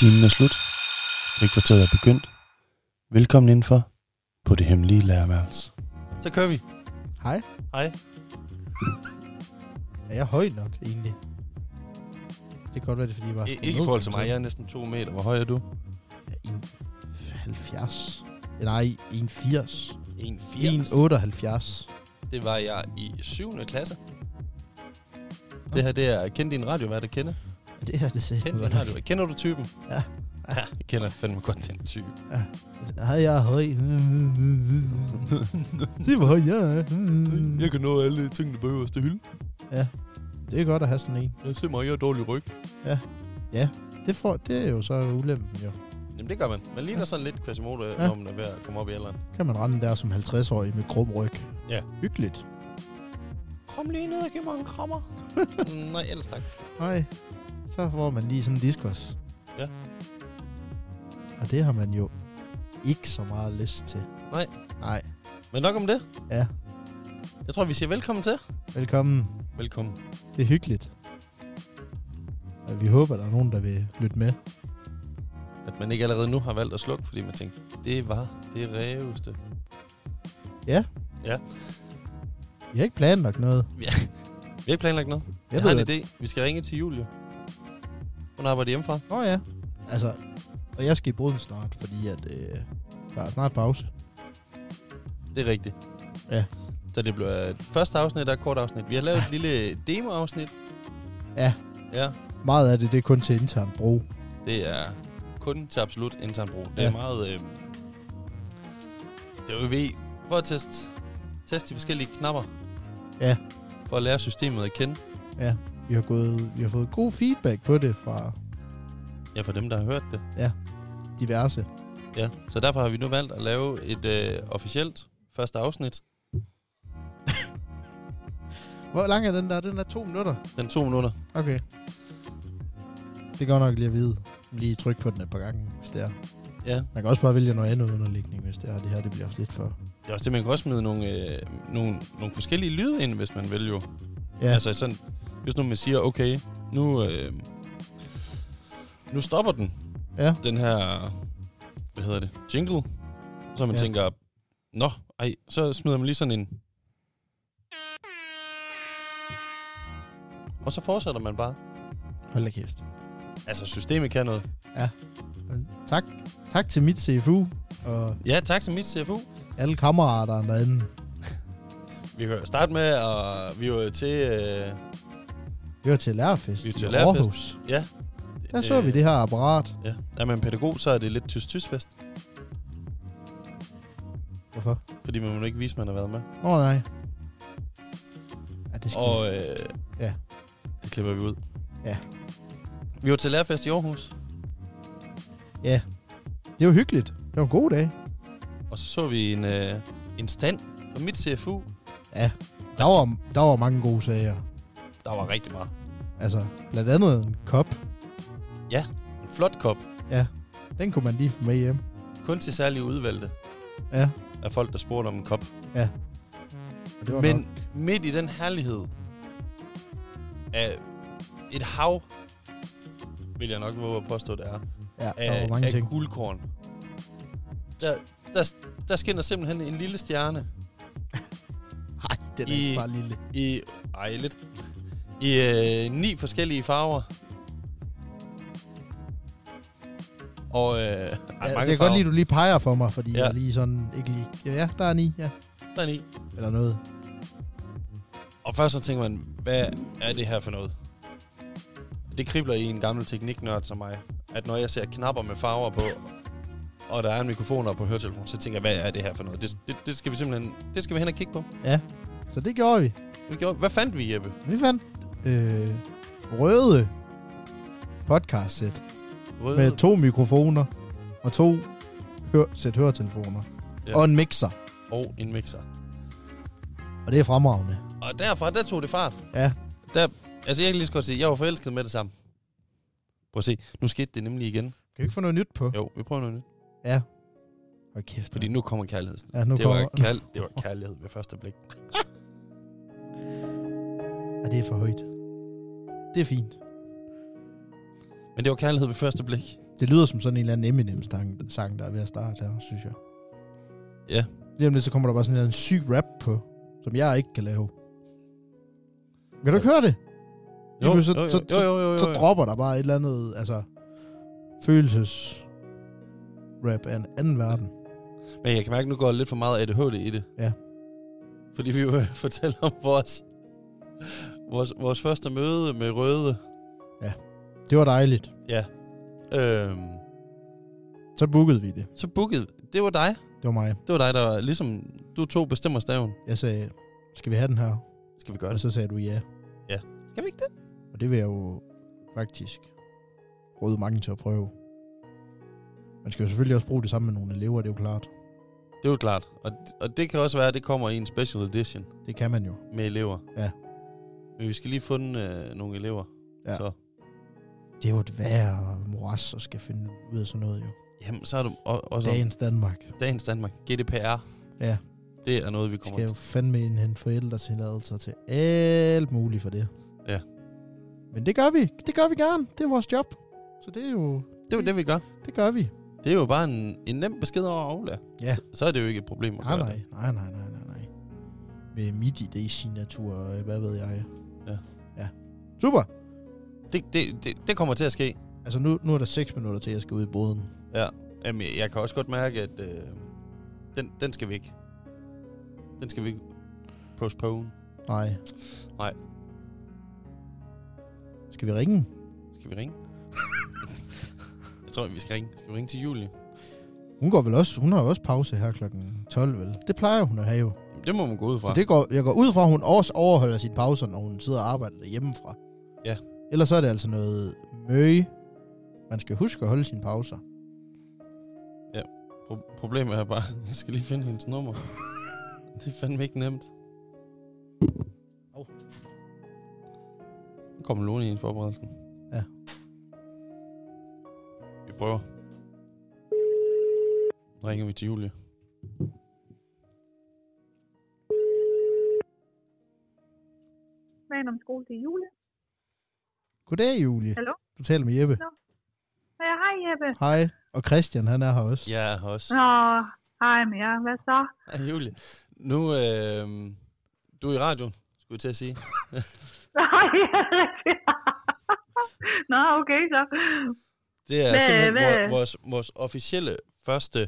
Timen er slut. Frikvarteret er begyndt. Velkommen indenfor på det hemmelige lærerværelse. Så kører vi. Hej. Hej. Er jeg høj nok, egentlig? Det kan godt være, det er, fordi jeg var... Ikke i forhold til mig. Jeg er næsten 2 meter. Hvor høj er du? Ja, 1,70. Nej, 1,80. 1,80. 1,78. Det var jeg i 7. klasse. Det her, det er Kend din radiovært, kender. Det her, det ser Kend din radiovært. Kender du typen? Ja. Ja, jeg kender fandme godt den type. Ja. Hej, jeg er høj. Se, hvor høj jeg er. Jeg kan nå alle tingene på øverste hylde. Ja, det er godt at have sådan en. Jeg ser mig, jeg har dårlig ryg. Ja, det er jo så ulempen, jo. Jamen det gør man. Man ligner sådan lidt Quasimodo, når man er ved at komme op i alderen. Kan man rende der som 50-årig med krum ryg. Ja. Hyggeligt. Kom lige ned og giv mig en krammer. Nej, ellers tak. Nej, så får man lige sådan en diskos. Ja. Og det har man jo ikke så meget lyst til. Nej. Men nok om det. Ja. Jeg tror, vi siger velkommen til. Velkommen. Velkommen. Det er hyggeligt. Og vi håber, der er nogen, der vil lytte med. At man ikke allerede nu har valgt at slukke, fordi man tænkte, det var det ræveste. Ja. Ja. Vi har ikke planlagt noget. Vi har ikke planlagt noget. Jeg har en idé. Vi skal ringe til Julie. Hun arbejder hjemmefra. Ja. Altså, og jeg skal i Boden snart, fordi at der er snart pause. Det er rigtigt. Ja. Så det bliver et første afsnit og et kort afsnit. Vi har lavet et lille demo-afsnit. Ja. Ja. Meget af det er kun til intern brug. Det er kun til absolut intern brug. Det er meget... det er jo ved for at teste de forskellige knapper. Ja. For at lære systemet at kende. Ja. Vi har fået god feedback på det fra... Ja, for dem, der har hørt det. Ja. Diverse. Ja, så derfor har vi nu valgt at lave et officielt første afsnit. Hvor lang er den der? Den er 2 minutter. Den 2 minutter. Okay. Det går nok lige at vide. Lige tryk på den et par gange, hvis det er. Ja. Man kan også bare vælge noget andet underlægning, hvis det er. Det her, det bliver lidt for... Det er også det, man kan også smide nogle forskellige lyde ind, hvis man vil jo. Ja. Altså sådan, hvis nu man siger, okay, nu stopper den. Ja. Den her, jingle. Så man tænker, så smider man lige sådan en. Og så fortsætter man bare. Hold da kæft. Altså, systemet kan noget. Ja. Tak til mit CFU. Og ja, tak til mit CFU. alle kammeraterne derinde. Vi kan starte med, at vi var til... Vi var til lærerfest. Vi var til lærerfest. Aarhus. Ja. Der så vi det her apparat. Ja. Er man pædagog, så er det lidt tysk-fest. Hvorfor? Fordi man må ikke vise, man har været med. Nej. Ja, det skal og ja. Det klipper vi ud. Ja. Vi var til lærerfest i Aarhus. Ja. Det var hyggeligt. Det var en god dag. Og så vi en stand fra mit CFU. Ja. Der var mange gode sager. Der var rigtig meget. Altså, blandt andet en kop. Ja, en flot kop. Ja. Den kunne man lige få med hjem. Kun til særlige udvalgte. Ja. Af folk, der spurgte om en kop. Ja. Og det var men nok. Midt i den herlighed af et hav, vil jeg nok våge at påstå, det er. Ja, der var mange ting. Af guldkorn. Der skinner simpelthen en lille stjerne. Nej, den er ikke bare lille. I 9 forskellige farver. Og det er godt lige, du lige peger for mig, fordi jeg lige sådan ikke lige... Ja, der er 9, ja. Der er 9. Eller noget. Og først så tænker man, hvad er det her for noget? Det kribler i en gammel tekniknørd som mig, at når jeg ser knapper med farver på, og der er en mikrofon op på høretelefonen, så tænker jeg, hvad er det her for noget? Det skal vi simpelthen, det skal vi hen og kigge på. Ja, så det gjorde vi. Hvad fandt vi, Jeppe? Vi fandt røde podcast-sæt med 2 mikrofoner og 2 sæt høretelefoner og en mixer. Og en mixer. Og det er fremragende. Og derfra, der tog det fart. Ja. Altså, jeg kan lige så godt sige, jeg var forelsket med det samme. Prøv at se, nu skete det nemlig igen. Kan vi ikke få noget nyt på? Jo, vi prøver noget nyt. Ja. Hold kæft. Fordi nu kommer kærlighed. Ja, det var kærlighed ved første blik. Ja, det er for højt. Det er fint. Men det var kærlighed ved første blik. Det lyder som sådan en eller anden Eminem-sang, der er ved at starte her, synes jeg. Ja. Lige om lidt, så kommer der bare sådan en syg rap på, som jeg ikke kan lave. Vil du ikke høre det? Jo, Så dropper der bare et eller andet, altså, følelses-rap af en anden verden. Men jeg kan mærke, at nu går lidt for meget ADHD i det. Ja. Fordi vi vil fortælle om vores første møde med Røde. Ja, det var dejligt. Ja. Så bookede vi det. Det var dig. Det var mig. Det var dig, der ligesom, du tog bestemmerstaven. Jeg sagde, skal vi have den her? Skal vi gøre Og det? så sagde du ja. Ja. Skal vi ikke det? Og det vil jeg jo faktisk råde mange til at prøve. Man skal jo selvfølgelig også bruge det sammen med nogle elever, det er jo klart. Det er jo klart. Og det kan også være, at det kommer i en special edition. Det kan man jo. Med elever. Ja. Men vi skal lige finde nogle elever. Ja. Så. Det er jo et værre moras, at skal finde ud af sådan noget jo. Jamen, så er du også... Dagens Danmark. GDPR. Ja. Det er noget, vi kommer til. Skal jo fandme indhente forældretilladelser til alt muligt for det. Ja. Men det gør vi. Det gør vi gerne. Det er vores job. Så det er jo... Det er jo det, vi gør. Det gør vi. Det er jo bare en nem besked over at aflære. Ja. Så er det jo ikke et problem at gøre det. Nej. Med MIDI-signatur og hvad ved jeg. Ja. Super. Det kommer til at ske. Altså nu er der 6 minutter til, at jeg skal ud i båden. Ja. Jamen, jeg kan også godt mærke, at den skal vi ikke. Den skal vi ikke postpone. Nej. Skal vi ringe? Skal vi ringe? Jeg tror, vi skal ringe. Skal vi ringe til Julie? Hun har jo også pause her klokken 12, vel? Det plejer hun at have jo. Det må man gå ud fra. Jeg går ud fra, at hun også overholder sine pauser, når hun sidder og arbejder hjemmefra. Ja. Ellers så er det altså noget møge. Man skal huske at holde sine pauser. Ja. Problemet er bare, jeg skal lige finde hendes nummer. Det er fandme ikke nemt. Nu kommer Lone i forberedelsen. Ja. Vi prøver. Nu ringer vi til Julie. Om skole til Julie. Goddag, Julie. Hallo? Du taler med Jeppe. Ja, hej Jeppe. Hej. Og Christian, han er her også. Ja, jeg er her også. Nå, hej med jer. Hvad så? Hej, Julie. Nu, du er i radioen, skulle jeg til at sige. Nej, rigtigt. Nå, okay så. Det er simpelthen vores officielle første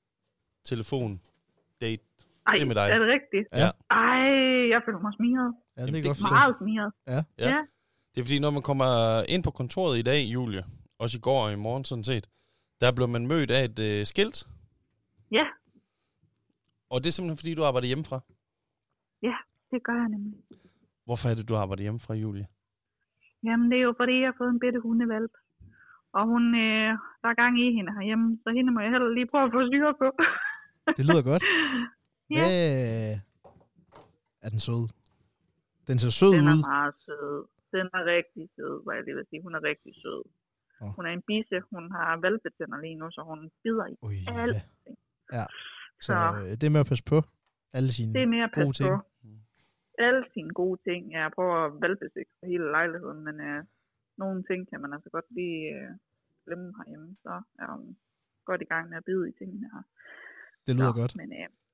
telefon-date. Ej, det er med dig. Er det rigtigt? Ja. Ej, jeg føler mig smiret. Ja, det er godt meget smiret. Ja. Det er fordi, når man kommer ind på kontoret i dag, Julie, også i går og i morgen sådan set, der blev man mødt af et skilt. Ja. Og det er simpelthen fordi, du arbejder hjemmefra? Ja, det gør jeg nemlig. Hvorfor er det, du arbejder hjemmefra, Julie? Jamen, det er jo fordi, jeg har fået en bitte hundevalp. Og hun, der er gang i hende herhjemme, så hende må jeg heller lige prøve at få styr på. Det lyder godt. Ja. Hvad er den sød? Den ser sød ud. Den er meget sød. Den er rigtig sød, hvad jeg lige vil sige. Hun er rigtig sød. Oh. Hun er en bisse. Hun har valpetænder lige nu, så hun bider i alting. Ja. Så det er med at passe på alle sine gode ting. Alle sine gode ting. Jeg prøver at valpesikre hele lejligheden, men nogle ting kan man altså godt lige glemme herhjemme. Så er hun godt i gang med at bide i tingene her. Det lyder godt. Men,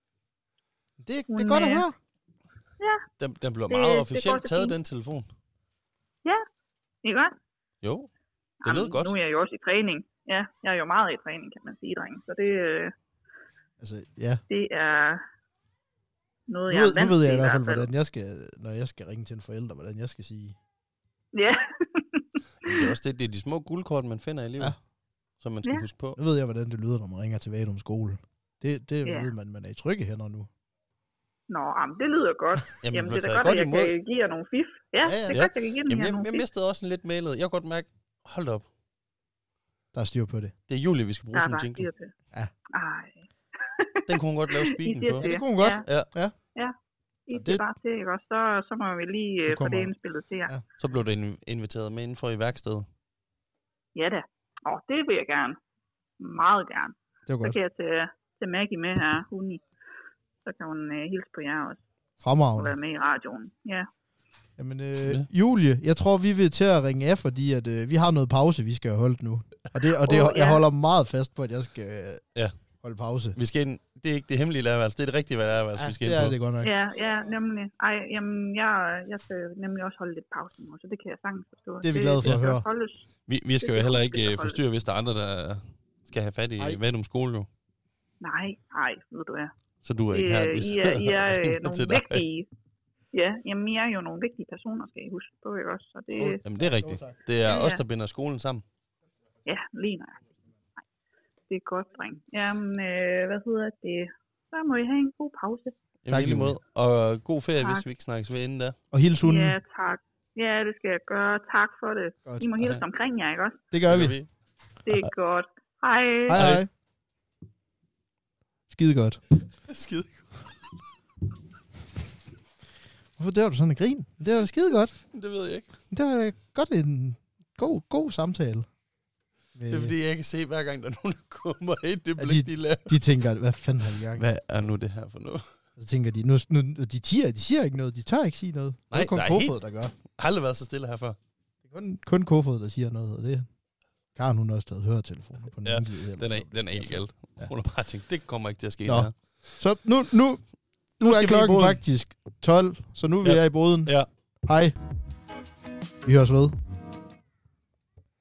det er godt at høre. Ja. Den blev meget officielt taget, den telefon. Ja, ikke godt? Jo, det lød godt. Nu er jeg jo også i træning. Ja, jeg er jo meget i træning, kan man sige, dreng. Så det, altså, ja. Det er noget, jeg er vant til. Nu ved jeg i hvert fald, hvordan jeg skal, når jeg skal ringe til en forælder, hvordan jeg skal sige. Ja. Det er også det er de små guldkort, man finder i livet, som man skal huske på. Nu ved jeg, hvordan det lyder, når man ringer til Vadum skole. Det ved man er i trygge hænder nu. Nå, det lyder godt. Jamen det er da godt, at jeg kan give jer nogle fif. Ja, det er godt, jeg kan give jer nogle fif. Jeg mistede også en lidt mailet. Jeg kan godt mærke, hold op. Der er styr på det. Det er Julie, vi skal bruge sådan en jingle. Ja. Ej. Den kunne hun godt lave speaken på. Ja, det kunne hun godt. Ja. Det er bare til, ikke også? Så må vi lige få det indspillet til jer. Ja. Så blev det inviteret med indenfor i værkstedet. Ja da. Det vil jeg gerne. Meget gerne. Det var godt. Så kan jeg tage Maggie med her, Huni. Så kan hun hilse på jer også. Fremragende. Og være med i radioen. Ja. Jamen, Julie, jeg tror, vi vil til at ringe af, fordi at, vi har noget pause, vi skal have holdt nu. Og jeg holder meget fast på, at jeg skal holde pause. Vi skal ind. Det er ikke det hemmelige lærerværelse, det er det rigtige lærerværelse, vi skal ind på. Ja, det er godt nok. Ja, nemlig. Jeg skal nemlig også holde lidt pause nu, så det kan jeg sagtens forstå. Det er vi glade for at høre. Vi skal jo heller ikke forstyrre, hvis der er andre, der skal have fat i Vadum skole nu. Nej, ved du hvad. Så du er ikke her. I er nogle vigtige. Ja, jamen I er jo nogle vigtige personer, skal I huske på, ikke også? Så det, jamen det er rigtigt. Det er os, der binder skolen sammen. Ja, lige nok. Det er godt, dreng. Jamen, hvad hedder det? Så må I have en god pause. Tak lige måde. Og god ferie, hvis vi ikke snakkes ved inden da. Og hils hunden. Ja, tak. Ja, det skal jeg gøre. Tak for det. Godt. I må hilse omkring jer, ikke også? Det gør vi. Det er godt. Hej. Hej. Skide godt. Skide godt. Hvorfor dør du sådan en grin? Det er da skide godt. Det ved jeg ikke. Det er godt en god samtale. Det er fordi, jeg kan se, hver gang der er nogen, der kommer ind, det blik, de laver. De tænker, hvad fanden har de gang? Hvad er nu det her for noget? Så tænker de, nu de siger ikke noget, de tør ikke sige noget. Nej, det er kun Kofod, der gør. Jeg har aldrig været så stille her før. Det er kun Kofod, der siger noget, og det Karen, hun har også taget høretelefoner på den enkelte. Den er helt galt. Hun har bare tænkt, det kommer ikke til at ske her. Så nu er klokken faktisk 12, så nu er vi i boden. Ja. Hej. Vi høres ved.